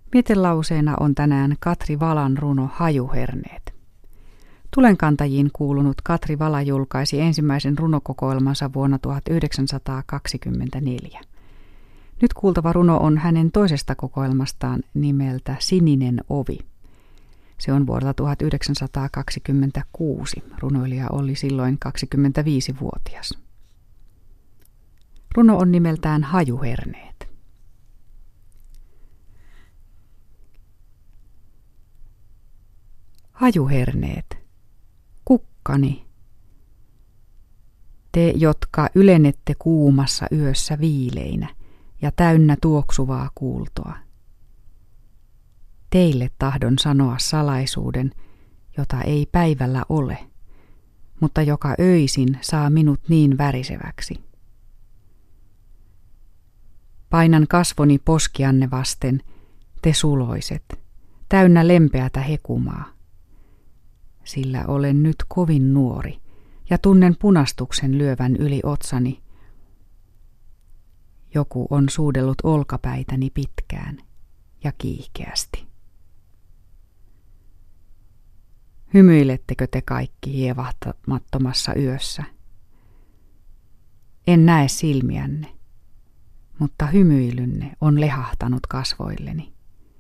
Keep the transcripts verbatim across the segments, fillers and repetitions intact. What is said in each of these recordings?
Mietelauseena on tänään Katri Valan runo Hajuherneet. Tulenkantajiin kuulunut Katri Vala julkaisi ensimmäisen runokokoelmansa vuonna tuhatyhdeksänsataakaksikymmentäneljä. Nyt kuultava runo on hänen toisesta kokoelmastaan nimeltä Sininen ovi. Se on vuodelta tuhatyhdeksänsataakaksikymmentäkuusi. Runoilija oli silloin kaksikymmentäviisivuotias. Runo on nimeltään Hajuherneet. Hajuherneet, kukkani, te, jotka ylennette kuumassa yössä viileinä ja täynnä tuoksuvaa kuultoa. Teille tahdon sanoa salaisuuden, jota ei päivällä ole, mutta joka öisin saa minut niin väriseväksi. Painan kasvoni poskianne vasten, te suloiset, täynnä lempeätä hekumaa. Sillä olen nyt kovin nuori ja tunnen punastuksen lyövän yli otsani. Joku on suudellut olkapäitäni pitkään ja kiihkeästi. Hymyilettekö te kaikki hievahtamattomassa yössä? En näe silmiänne, mutta hymyilynne on lehahtanut kasvoilleni.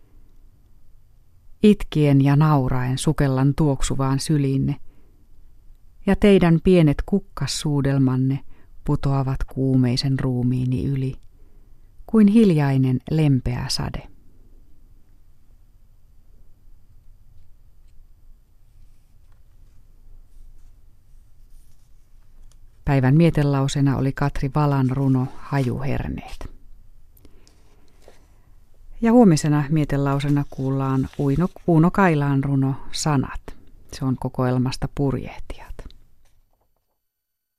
Itkien ja nauraen sukellan tuoksuvaan syliinne, ja teidän pienet kukkassuudelmanne putoavat kuumeisen ruumiini yli, kuin hiljainen lempeä sade. Päivän mietelausena oli Katri Valan runo Hajuherneet. Ja huomisena mietelausena kuullaan Uino, Uuno Kailaan runo Sanat. Se on kokoelmasta Purjehtijat.